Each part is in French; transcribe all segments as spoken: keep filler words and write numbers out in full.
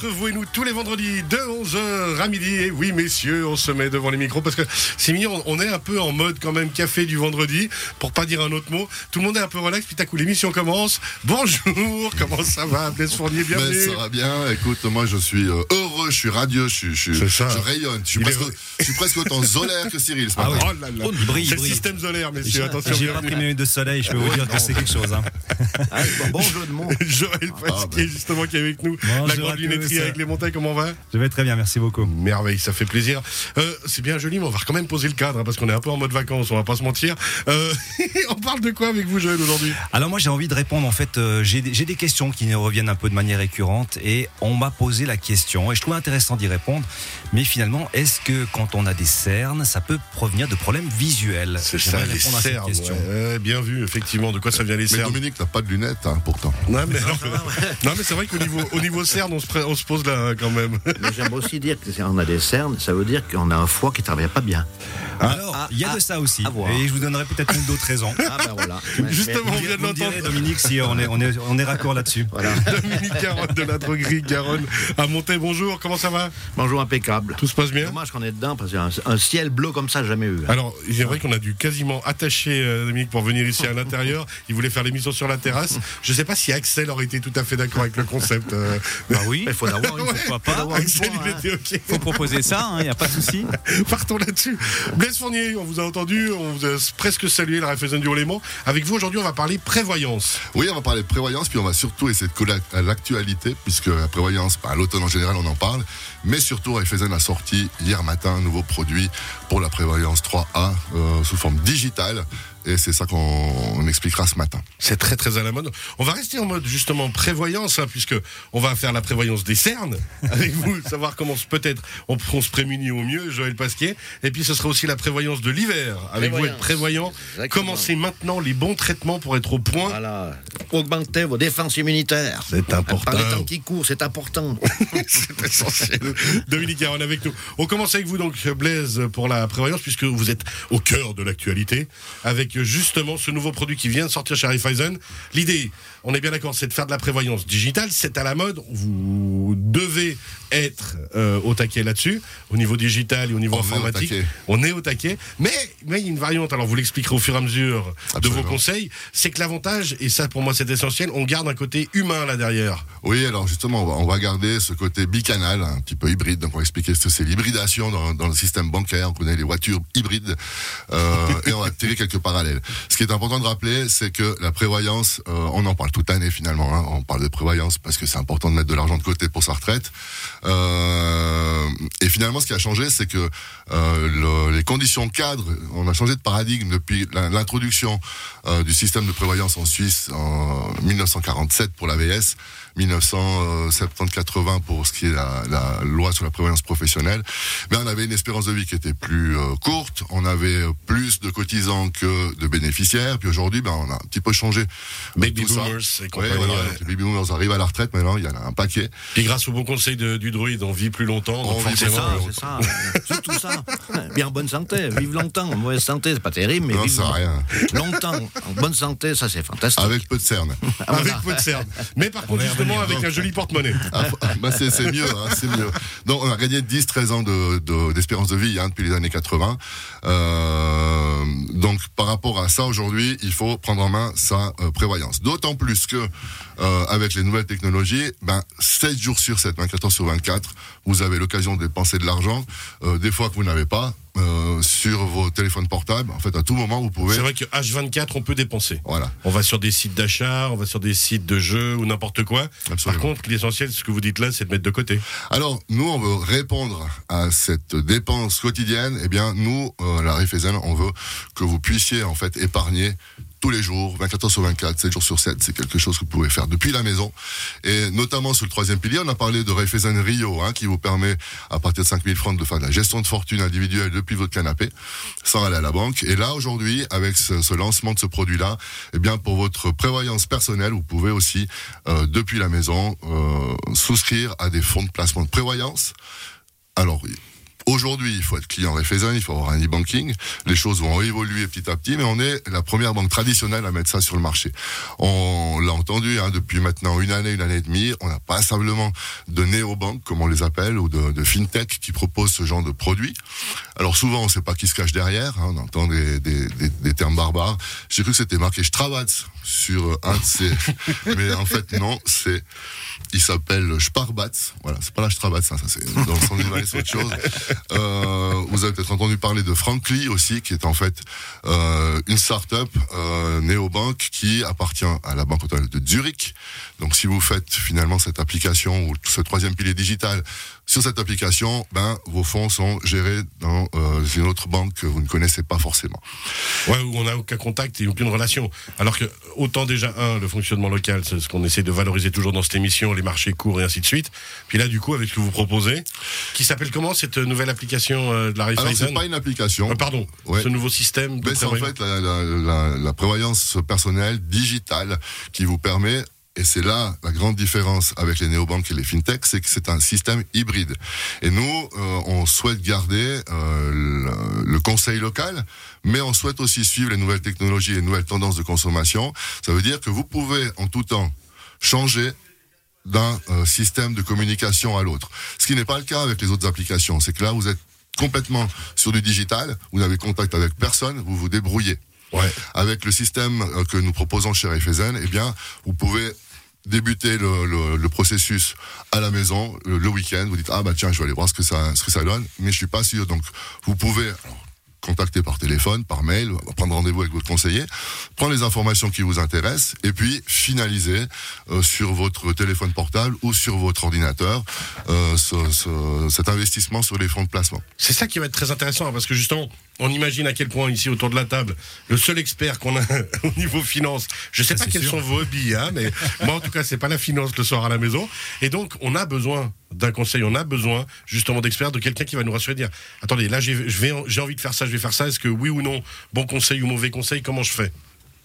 entre vous et nous tous les vendredis de onze heures à midi. Et oui, messieurs, on se met devant les micros parce que c'est mignon, on est un peu en mode quand même café du vendredi, pour pas dire un autre mot. Tout le monde est un peu relax, puis d'un coup l'émission commence. Bonjour, comment ça va, Blaise Fournier, bienvenue. Ben, ça va bien, écoute, moi je suis euh, heureux, je suis radieux, je, je, je, je rayonne, je suis, presque, est... je suis presque autant solaire que Cyril. Ah oui. Oh là là. Oh, brille, c'est brille. Le système solaire, messieurs, j'ai, attention. J'ai pas pris mes minutes de soleil, je peux vous dire que c'est quelque chose. Hein. Ah, bon, bon jeu de mots. Joël Pasquier, ah, justement, qui est avec nous. Bonjour, la grande lunetterie avec les montagnes, comment on va? Je vais très bien, merci beaucoup. Merveille, ça fait plaisir. Euh, c'est bien joli, mais on va quand même poser le cadre, hein, parce qu'on est un peu en mode vacances, on va pas se mentir. Euh, on parle de quoi avec vous, Joël, aujourd'hui? Alors moi, j'ai envie de répondre, en fait, euh, j'ai, j'ai des questions qui reviennent un peu de manière récurrente, et on m'a posé la question, et je trouve intéressant d'y répondre, mais finalement, est-ce que quand on a des cernes, ça peut provenir de problèmes visuels? C'est ça, les cernes, ouais, bien vu, effectivement, de quoi ça vient les cernes? Mais Dominique, t'as pas de lunettes, hein, pourtant. Non, mais, non, non, mais c'est vrai qu'au niveau, au niveau cernes, on se, pré- on se pose là, quand même. Mais j'aimerais aussi dire que si on a des cernes, ça veut dire qu'on a un foie qui ne travaille pas bien. Alors, il ah, y a ah, de ça aussi, et je vous donnerai peut-être une d'autres raisons. Ah ben voilà. Justement, mais, on vient de l'entendre. Dominique, si on est, on est, on est raccord là-dessus. Voilà. Dominique Garonne de la droguerie Garonne à Montaix, bonjour, comment ça va? Bonjour, impeccable. Tout se passe bien? Dommage qu'on est dedans, parce qu'un un ciel bleu comme ça, j'ai jamais eu. Hein. Alors, c'est vrai qu'on a dû quasiment attacher euh, Dominique pour venir ici à l'intérieur. Il voulait faire l'émission sur la terrasse. Je ne sais pas si Axel aurait été tout à fait d'accord avec le concept. Euh... Bah oui, il faut l'avoir une, pourquoi pas. Axel, il hein. était OK. Faut proposer ça, il hein, n'y a pas de souci. Partons là-dessus. Blaise Fournier, on vous a entendu, on vous a presque salué la Raiffeisen du Haut-Léman. Avec vous, aujourd'hui, on va parler prévoyance. Oui, on va parler prévoyance, puis on va surtout essayer de coller à l'actualité, puisque la prévoyance, bah, à l'automne en général, on en parle. Mais surtout, Raiffeisen a sorti hier matin un nouveau produit pour la prévoyance trois A euh, sous forme digitale. Et c'est ça qu'on on expliquera ce matin. C'est très très à la mode. On va rester en mode justement prévoyance, hein, puisque on va faire la prévoyance des cernes avec vous, savoir comment peut-être on, on se prémunit au mieux, Joël Pasquier. Et puis ce sera aussi la prévoyance de l'hiver, avec vous être prévoyant. Exactement. Commencez maintenant les bons traitements pour être au point. Voilà. Augmentez vos défenses immunitaires. C'est important. Par les temps qui courent, c'est important. C'est essentiel. Dominique Garonne avec nous. On commence avec vous donc, Blaise, pour la prévoyance, puisque vous êtes au cœur de l'actualité, avec justement ce nouveau produit qui vient de sortir chez Raiffeisen. L'idée, on est bien d'accord, c'est de faire de la prévoyance digitale, c'est à la mode, vous devez être euh, au taquet là-dessus, au niveau digital et au niveau on informatique, est on est au taquet, mais, mais il y a une variante, alors vous l'expliquerez au fur et à mesure Absolument. de vos conseils, c'est que l'avantage, et ça pour moi c'est essentiel, on garde un côté humain là derrière. Oui, alors justement, on va, on va garder ce côté bicanal, un petit peu hybride, donc on va expliquer ce que c'est l'hybridation dans, dans le système bancaire, on connaît les voitures hybrides, euh, et on va tirer quelques parallèles. Ce qui est important de rappeler, c'est que la prévoyance, euh, on en parle toute l'année finalement, hein, on parle de prévoyance parce que c'est important de mettre de l'argent de côté pour sa retraite. Euh, et finalement, ce qui a changé, c'est que euh, le, les conditions cadres, on a changé de paradigme depuis l'introduction euh, du système de prévoyance en Suisse en dix-neuf cent quarante-sept pour l'A V S, dix-neuf cent soixante-dix quatre-vingts pour ce qui est la, la loi sur la prévoyance professionnelle. Mais on avait une espérance de vie qui était plus euh, courte, on avait plus de cotisants que de bénéficiaires, puis aujourd'hui, ben, on a un petit peu changé. Baby boomers, c'est ouais, voilà, ouais. Les baby boomers arrivent à la retraite maintenant, il y en a un paquet. Et grâce au bon conseil de, du druide, on vit plus longtemps. On vit c'est ça, c'est ça. Surtout ça. Bien en bonne santé, vive longtemps. En mauvaise santé, c'est pas terrible, mais non, vive rien. longtemps. En bonne santé, ça c'est fantastique. Avec peu de cernes. Voilà. Avec peu de cernes. Mais par contre, justement, avec donc, un joli porte-monnaie. Ah, bah c'est, c'est mieux, hein, c'est mieux. Donc, on a gagné dix treize ans de, de, d'espérance de vie hein, depuis les années quatre-vingts. Euh, donc, par rapport à ça, aujourd'hui, il faut prendre en main sa euh, prévoyance. D'autant plus que, euh, avec les nouvelles technologies, ben, sept jours sur sept, vingt-quatre heures sur vingt-quatre, vous avez l'occasion de dépenser de l'argent, euh, des fois que vous n'avez pas, euh, sur vos téléphones portables. En fait, à tout moment, vous pouvez... C'est vrai que H vingt-quatre, on peut dépenser. Voilà. On va sur des sites d'achat, on va sur des sites de jeux ou n'importe quoi. Absolument. Par contre, l'essentiel, ce que vous dites là, c'est de mettre de côté. Alors, nous, on veut répondre à cette dépense quotidienne. Eh bien, nous, euh, la Raiffeisen, on veut que vous puissiez, en fait, épargner tous les jours, vingt-quatre heures sur vingt-quatre, sept jours sur sept, c'est quelque chose que vous pouvez faire depuis la maison. Et notamment sur le troisième pilier, on a parlé de Raiffeisen Rio, hein, qui vous permet, à partir de cinq mille francs, de faire de la gestion de fortune individuelle depuis votre canapé, sans aller à la banque. Et là, aujourd'hui, avec ce, ce lancement de ce produit-là, eh bien, pour votre prévoyance personnelle, vous pouvez aussi, euh, depuis la maison, euh, souscrire à des fonds de placement de prévoyance. Alors, Aujourd'hui, il faut être client Raiffeisen, il faut avoir un e-banking. Les choses vont évoluer petit à petit, mais on est la première banque traditionnelle à mettre ça sur le marché. On l'a entendu hein, depuis maintenant une année, une année et demie. On n'a pas simplement de néobanques, comme on les appelle, ou de, de fintech qui proposent ce genre de produits. Alors souvent, on ne sait pas qui se cache derrière. Hein, on entend des, des, des, des termes barbares. J'ai cru que c'était marqué Strabag sur un de ces... mais en fait, non, c'est... Il s'appelle Sparbatz. Voilà, c'est pas la Strabag, ça, ça c'est dans son animal, c'est autre chose. Euh, vous avez peut-être entendu parler de Frankly aussi, qui est en fait euh, une start-up euh, néobanque qui appartient à la Banque Autonome de Zurich. Donc, si vous faites finalement cette application ou ce troisième pilier digital sur cette application, ben vos fonds sont gérés dans euh, une autre banque que vous ne connaissez pas forcément. Ouais, où on n'a aucun contact et aucune relation. Alors que autant déjà un, le fonctionnement local, c'est ce qu'on essaie de valoriser toujours dans cette émission, les marchés courts et ainsi de suite. Puis là, du coup, avec ce que vous proposez, qui s'appelle comment cette nouvelle application euh, de la Raiffeisen ? Alors, c'est pas une application. Euh, pardon. Ouais. Ce nouveau système. De Mais c'est en fait la, la, la, la prévoyance personnelle digitale qui vous permet. Et c'est là la grande différence avec les néobanques et les fintechs, c'est que c'est un système hybride. Et nous, euh, on souhaite garder euh, le, le conseil local, mais on souhaite aussi suivre les nouvelles technologies et les nouvelles tendances de consommation. Ça veut dire que vous pouvez en tout temps changer d'un euh, système de communication à l'autre. Ce qui n'est pas le cas avec les autres applications. C'est que là, vous êtes complètement sur du digital, vous n'avez contact avec personne, vous vous débrouillez. Ouais. Avec le système que nous proposons chez Raiffeisen, eh bien, vous pouvez débuter le, le, le processus à la maison le, le week-end. Vous dites ah bah tiens, je vais aller voir ce que ça, ce que ça donne, mais je suis pas sûr. Donc, vous pouvez alors, contacter par téléphone, par mail, prendre rendez-vous avec votre conseiller, prendre les informations qui vous intéressent et puis finaliser euh, sur votre téléphone portable ou sur votre ordinateur euh, ce, ce, cet investissement sur les fonds de placement. C'est ça qui va être très intéressant parce que justement, on imagine à quel point ici autour de la table, le seul expert qu'on a au niveau finance, je sais ça pas quels sûr. sont vos hobbies, hein, mais moi en tout cas c'est pas la finance le soir à la maison, et donc on a besoin d'un conseil, on a besoin justement d'experts, de quelqu'un qui va nous rassurer, dire attendez là j'ai, je vais, j'ai envie de faire ça, je vais faire ça, est-ce que oui ou non, bon conseil ou mauvais conseil, comment je fais ?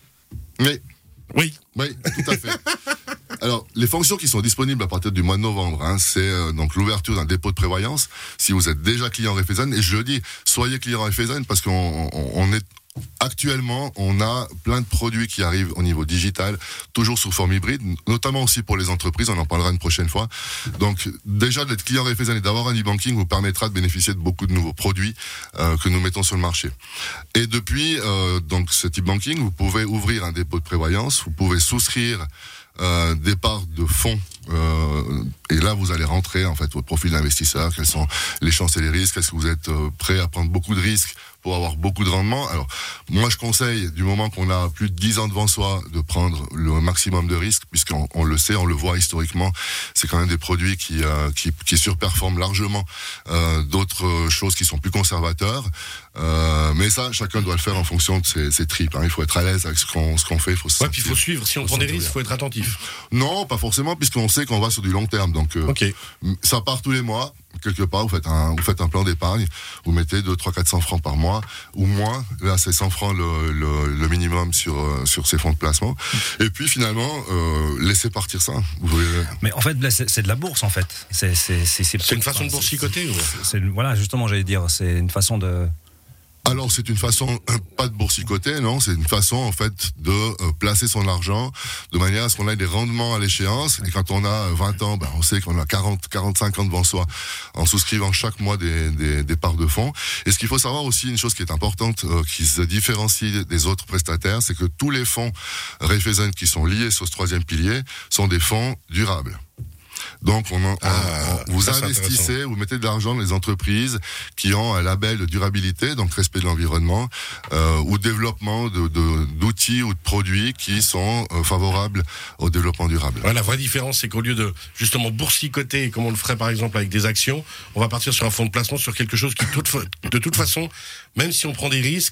Oui. Oui. Oui, tout à fait. Alors, les fonctions qui sont disponibles à partir du mois de novembre, hein, c'est euh, donc l'ouverture d'un dépôt de prévoyance. Si vous êtes déjà client Raiffeisen, et je le dis, soyez client Raiffeisen parce qu'on on, on est actuellement, on a plein de produits qui arrivent au niveau digital, toujours sous forme hybride, notamment aussi pour les entreprises, on en parlera une prochaine fois. Donc déjà d'être client Raiffeisen et d'avoir un e-banking vous permettra de bénéficier de beaucoup de nouveaux produits euh, que nous mettons sur le marché. Et depuis euh, donc cet e-banking, vous pouvez ouvrir un dépôt de prévoyance, vous pouvez souscrire Euh, des parts de fonds euh, et là vous allez rentrer en fait votre profil d'investisseur, quelles sont les chances et les risques, est-ce que vous êtes euh, prêt à prendre beaucoup de risques pour avoir beaucoup de rendement. Alors moi je conseille, du moment qu'on a plus de dix ans devant soi, de prendre le maximum de risques, puisqu'on on le sait, on le voit historiquement, c'est quand même des produits qui euh, qui, qui surperforment largement euh, d'autres choses qui sont plus conservateurs. Euh, mais ça, chacun doit le faire en fonction de ses, ses tripes. Hein. Il faut être à l'aise avec ce qu'on, ce qu'on fait. Il faut se ouais, puis il faut suivre. Si on prend des risques, il faut être attentif. Non, pas forcément, puisqu'on sait qu'on va sur du long terme. Donc, euh, okay. ça part tous les mois. Quelque part, vous faites un, vous faites un plan d'épargne. Vous mettez deux, trois, quatre cents francs par mois ou moins. Là, c'est cent francs le, le, le minimum sur euh, sur ces fonds de placement. Et puis finalement, euh, laissez partir ça. Vous voulez... Mais en fait, là, c'est, c'est de la bourse en fait. C'est c'est c'est, c'est, c'est une façon de boursicoter. Ou... C'est, c'est, voilà, justement, j'allais dire, c'est une façon de. Alors c'est une façon, euh, pas de boursicoter, non, c'est une façon en fait de euh, placer son argent de manière à ce qu'on ait des rendements à l'échéance. Et quand on a vingt ans, ben, on sait qu'on a quarante, quarante-cinq ans devant soi en souscrivant chaque mois des, des, des parts de fonds. Et ce qu'il faut savoir aussi, une chose qui est importante, euh, qui se différencie des autres prestataires, c'est que tous les fonds Raiffeisen qui sont liés sur ce troisième pilier sont des fonds durables. Donc, on, en, ah, on, vous investissez, vous mettez de l'argent dans les entreprises qui ont un label de durabilité, donc respect de l'environnement, euh, ou développement de, de, d'outils ou de produits qui sont euh, favorables au développement durable. Ouais, la vraie différence, c'est qu'au lieu de justement boursicoter, comme on le ferait par exemple avec des actions, on va partir sur un fonds de placement, sur quelque chose qui, toute, de toute façon, même si on prend des risques,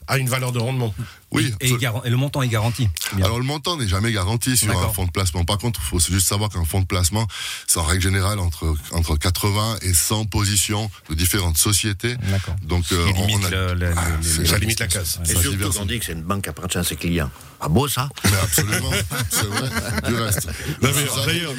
a une valeur de rendement. Oui, Et, gar- et le montant est garanti. Bien. Alors le montant n'est jamais garanti sur D'accord. un fonds de placement. Par contre, il faut juste savoir qu'un fonds de placement, c'est en règle générale entre, entre quatre-vingts et cent positions de différentes sociétés. D'accord. Donc euh, Ce qui limite on a... le- le- Ah, le- c'est- le- Ça limite la casse. Et Ça surtout diversifie. qu'on dit que c'est une banque qui appartient à ses clients. Ah beau ça? Mais absolument, c'est vrai, du reste. Non, mais, Ça, d'ailleurs,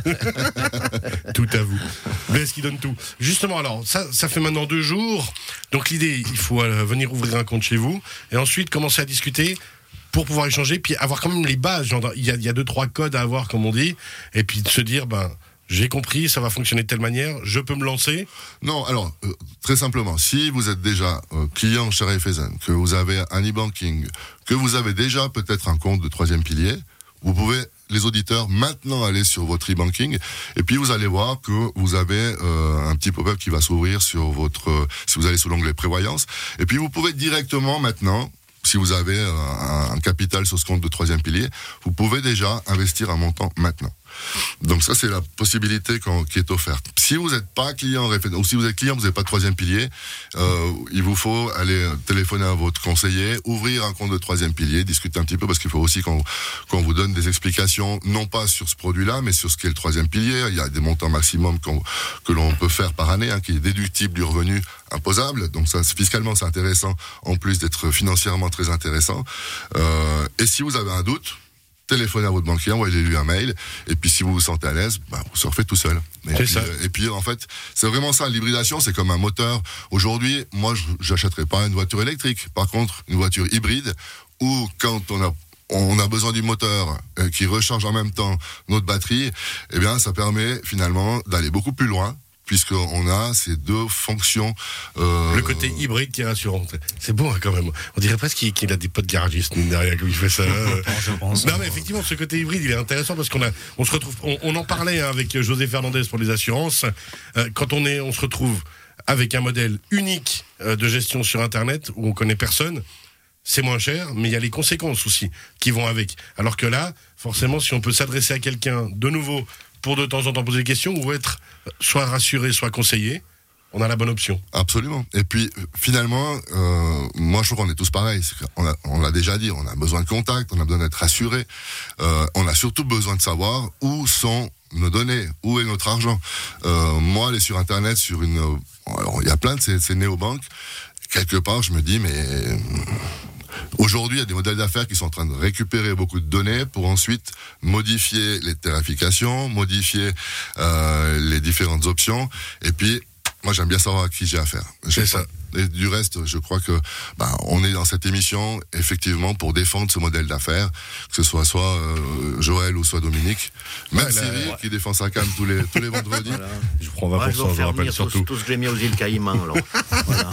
Dominique. Tout à vous. Blaise qui donne tout. Justement, alors, ça, ça fait maintenant deux jours. Donc, l'idée, il faut euh, venir ouvrir un compte chez vous et ensuite commencer à discuter pour pouvoir échanger, puis avoir quand même les bases. Genre, il y a, il y a deux, trois codes à avoir, comme on dit, et puis de se dire, ben, j'ai compris, ça va fonctionner de telle manière, je peux me lancer. Non, alors, euh, très simplement, si vous êtes déjà euh, client chez Raiffeisen, que vous avez un e-banking, que vous avez déjà peut-être un compte de troisième pilier, vous pouvez, les auditeurs, maintenant aller sur votre e-banking, et puis vous allez voir que vous avez euh, un petit pop-up qui va s'ouvrir sur votre, euh, si vous allez sur l'onglet prévoyance, et puis vous pouvez directement maintenant, si vous avez euh, un, un capital sur ce compte de troisième pilier, vous pouvez déjà investir un montant maintenant. Donc ça, c'est la possibilité qu'on- qui est offerte. Si vous n'êtes pas client, ou si vous êtes client, vous n'avez pas de troisième pilier, euh, il vous faut aller téléphoner à votre conseiller, ouvrir un compte de troisième pilier, discuter un petit peu, parce qu'il faut aussi qu'on qu'on vous donne des explications, non pas sur ce produit-là, mais sur ce qu'est le troisième pilier. Il y a des montants maximum qu'on- que l'on peut faire par année, hein, qui est déductible du revenu imposable. Donc ça, fiscalement, c'est intéressant, en plus d'être financièrement très intéressant. Euh, et si vous avez un doute, téléphonez à votre banquier, envoyez-lui un mail, et puis si vous vous sentez à l'aise, bah, vous surfez tout seul. Et C'est puis, ça. euh, et puis en fait, c'est vraiment ça, l'hybridation, c'est comme un moteur. Aujourd'hui, moi, je j'achèterais pas une voiture électrique. Par contre, une voiture hybride, où quand on a on a besoin du moteur euh, qui recharge en même temps notre batterie, eh bien, ça permet finalement d'aller beaucoup plus loin, puisqu'on a ces deux fonctions. Euh, Le côté hybride qui est rassurant. C'est beau, hein, quand même. On dirait presque qu'il qu'il a des potes garagistes, mine de rien, comme il fait ça. euh. Je pense. Non, mais effectivement, ce côté hybride, il est intéressant parce qu'on a, on se retrouve, on, on en parlait hein, avec José Fernandez pour les assurances. Euh, quand on est, on se retrouve avec un modèle unique euh, de gestion sur Internet où on connaît personne. C'est moins cher, mais il y a les conséquences aussi qui vont avec. Alors que là, forcément, si on peut s'adresser à quelqu'un de nouveau pour de temps en temps poser des questions ou être soit rassuré, soit conseillé, on a la bonne option. Absolument. Et puis finalement, euh, moi je trouve qu'on est tous pareils. C'est qu'on a- on l'a déjà dit, on a besoin de contact, on a besoin d'être rassuré. Euh, on a surtout besoin de savoir où sont nos données, où est notre argent. Euh, moi, aller sur Internet, sur une, alors, il y a plein de ces, ces néobanques. Quelque part, je me dis, mais aujourd'hui, il y a des modèles d'affaires qui sont en train de récupérer beaucoup de données pour ensuite modifier les tarifications, modifier euh, les différentes options. Et puis, moi, j'aime bien savoir à qui j'ai affaire. C'est J'ai ça. pas- Et du reste, je crois que bah, on est dans cette émission effectivement pour défendre ce modèle d'affaires, que ce soit soit euh, Joël ou soit Dominique, même Ouais, là, Cyril ouais. qui défend sa cam tous les tous les vendredis. Voilà. Je prends Moi, vingt je pour cent, vais je faire rappelle venir tout, surtout. tout ce que j'ai mis aux îles Caïmans. Alors. Voilà.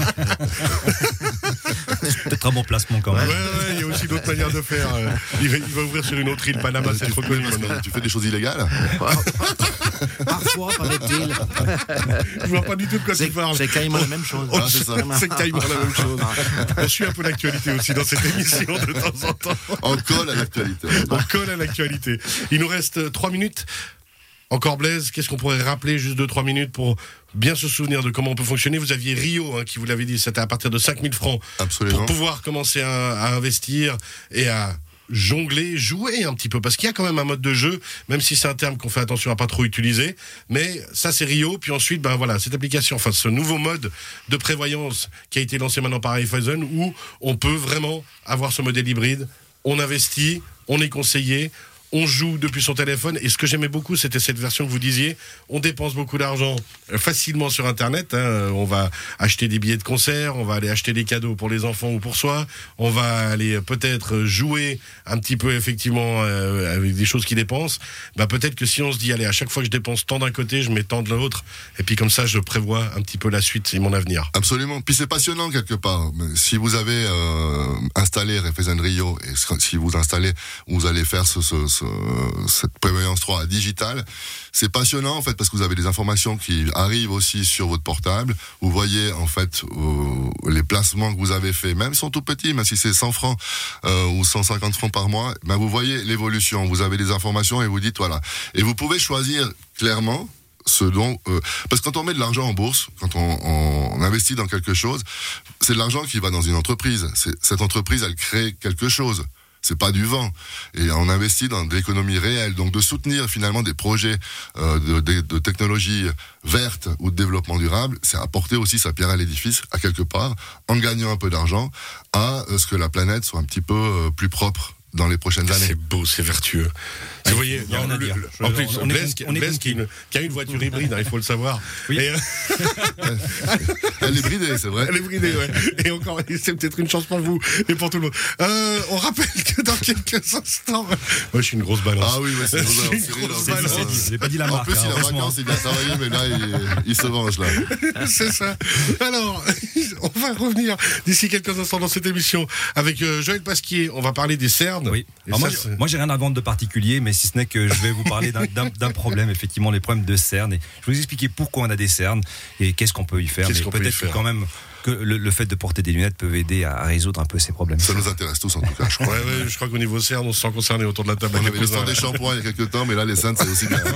Peut-être un bon placement quand même. Ouais, ouais, il y a aussi d'autres manières de faire. euh, Il va, il va ouvrir sur une autre île, Panama, c'est trop connu maintenant. Tu fais des choses illégales? Parfois, paraît-il. Je vois pas du tout de quoi tu C'est parles. c'est Caïmans la même chose. Ah, c'est ça. C'est carrément la même chose. On suit un peu l'actualité aussi dans cette émission de temps en temps. On colle à l'actualité. On colle à l'actualité. Il nous reste euh, trois minutes. Encore Blaise, qu'est-ce qu'on pourrait rappeler juste deux trois minutes pour bien se souvenir de comment on peut fonctionner? Vous aviez Rio hein, qui vous l'avez dit, c'était à partir de cinq mille francs Absolument. pour pouvoir commencer à, à investir et à jongler, jouer un petit peu, parce qu'il y a quand même un mode de jeu, même si c'est un terme qu'on fait attention à pas trop utiliser, mais ça c'est Rio, puis ensuite, ben voilà, cette application, enfin ce nouveau mode de prévoyance qui a été lancé maintenant par Raiffeisen, où on peut vraiment avoir ce modèle hybride, on investit, on est conseillé, on joue depuis son téléphone, et ce que j'aimais beaucoup, c'était cette version que vous disiez, on dépense beaucoup d'argent euh, facilement sur Internet, hein, on va acheter des billets de concert, on va aller acheter des cadeaux pour les enfants ou pour soi, on va aller euh, peut-être jouer un petit peu effectivement euh, avec des choses qui dépensent, bah, peut-être que si on se dit, allez, à chaque fois que je dépense tant d'un côté, je mets tant de l'autre, et puis comme ça, je prévois un petit peu la suite et mon avenir. Absolument. Puis c'est passionnant quelque part. Mais si vous avez euh, installé Raiffeisen Rio et si vous installez, vous allez faire ce, ce, ce, cette prévoyance trois digitale, c'est passionnant en fait parce que vous avez des informations qui arrivent aussi sur votre portable. Vous voyez en fait euh, les placements que vous avez faits, même si sont tout petits, même si c'est cent francs euh, ou cent cinquante francs par mois, ben vous voyez l'évolution. Vous avez des informations et vous dites voilà. Et vous pouvez choisir clairement ce dont, euh, parce que quand on met de l'argent en bourse, quand on, on, on investit dans quelque chose, c'est de l'argent qui va dans une entreprise. C'est, cette entreprise, elle crée quelque chose. C'est pas du vent. Et on investit dans de l'économie réelle. Donc de soutenir finalement des projets euh, de, de, de technologie verte ou de développement durable, c'est apporter aussi sa pierre à l'édifice, à quelque part, en gagnant un peu d'argent, à euh, ce que la planète soit un petit peu euh, plus propre dans les prochaines années. C'est beau, c'est vertueux. Vous voyez, il y a rien à dire. En plus, On est Blaise, con- on est Blaise qui, a une, qui a une voiture hybride, hein, il faut le savoir. Oui. Et, euh, Elle est bridée, c'est vrai. elle est bridée, ouais. Et encore, c'est peut-être une chance pour vous et pour tout le monde. Euh, on rappelle que dans quelques instants, moi je suis une grosse balance. Ah oui, ouais, c'est Je suis une Cyril, grosse hein, balance. c'est- Je n'ai pas dit la En marque. plus, hein, il est en heureusement. vacances, il vient travailler, mais là, il, il se venge, là. C'est ça. Alors, on va revenir d'ici quelques instants dans cette émission avec euh, Joël Pasquier. On va parler des cernes. Oui. Et Alors moi, ça, j'ai- c'est- moi, j'ai rien à vendre de particulier, mais si ce n'est que je vais vous parler d'un, d'un, d'un problème, effectivement, les problèmes de cernes. Et je vais vous expliquer pourquoi on a des cernes et qu'est-ce qu'on peut y faire. Qu'est-ce mais qu'on peut y peut-être que faire quand même que le, le fait de porter des lunettes peut aider à résoudre un peu ces problèmes. Ça nous intéresse tous, en tout cas, je crois. Ouais, ouais, je crois qu'au niveau cernes, on se sent concerné autour de la table. On à avait quelques-uns. l'histoire des shampoings il y a quelques temps, mais là, les scènes, c'est aussi bien.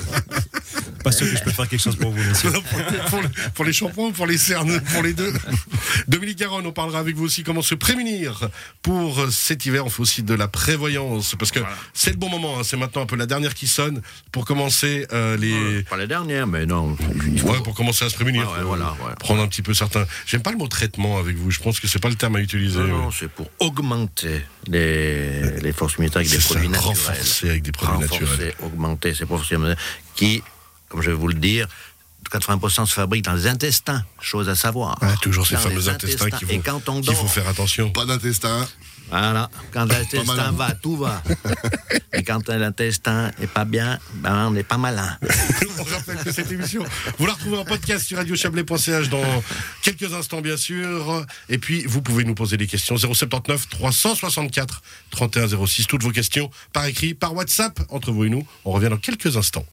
Pas sûr que je peux faire quelque chose pour vous, monsieur. Non, pour, pour le- pour les shampoings ou pour les cernes, pour les deux. Dominique Garonne, on parlera avec vous aussi comment se prémunir pour cet hiver. On fait aussi de la prévoyance parce que c'est le bon moment. Hein. C'est maintenant un peu la dernière qui sonne pour commencer euh, les. Pas la dernière, mais non. Il faut- Ouais, pour commencer à se prémunir. Ouais, ouais, voilà, ouais. Prendre un petit peu certains. J'aime pas le mot traitement avec vous. Je pense que c'est pas le terme à utiliser. Non, ouais. non, c'est pour augmenter les, les forces immunitaires avec des C'est ça, produits naturels. renforcer avec des produits Renforcer, naturels. augmenter ces forces immunitaires qui, comme je vais vous le dire, quatre-vingts pour cent se fabriquent dans les intestins, chose à savoir. Ah, toujours ces Dans fameux les intestins qu'il Et faut, quand on qu'il faut dort, faire attention. Pas d'intestin. voilà, quand l'intestin malin. va, tout va. Et quand l'intestin est pas bien, ben on n'est pas malin. On rappelle que cette émission, vous la retrouvez en podcast sur radio chablais point c h dans quelques instants, bien sûr. Et puis, vous pouvez nous poser des questions. zéro sept neuf trois cent soixante-quatre trente et un zéro six. Toutes vos questions par écrit, par WhatsApp, entre vous et nous. On revient dans quelques instants.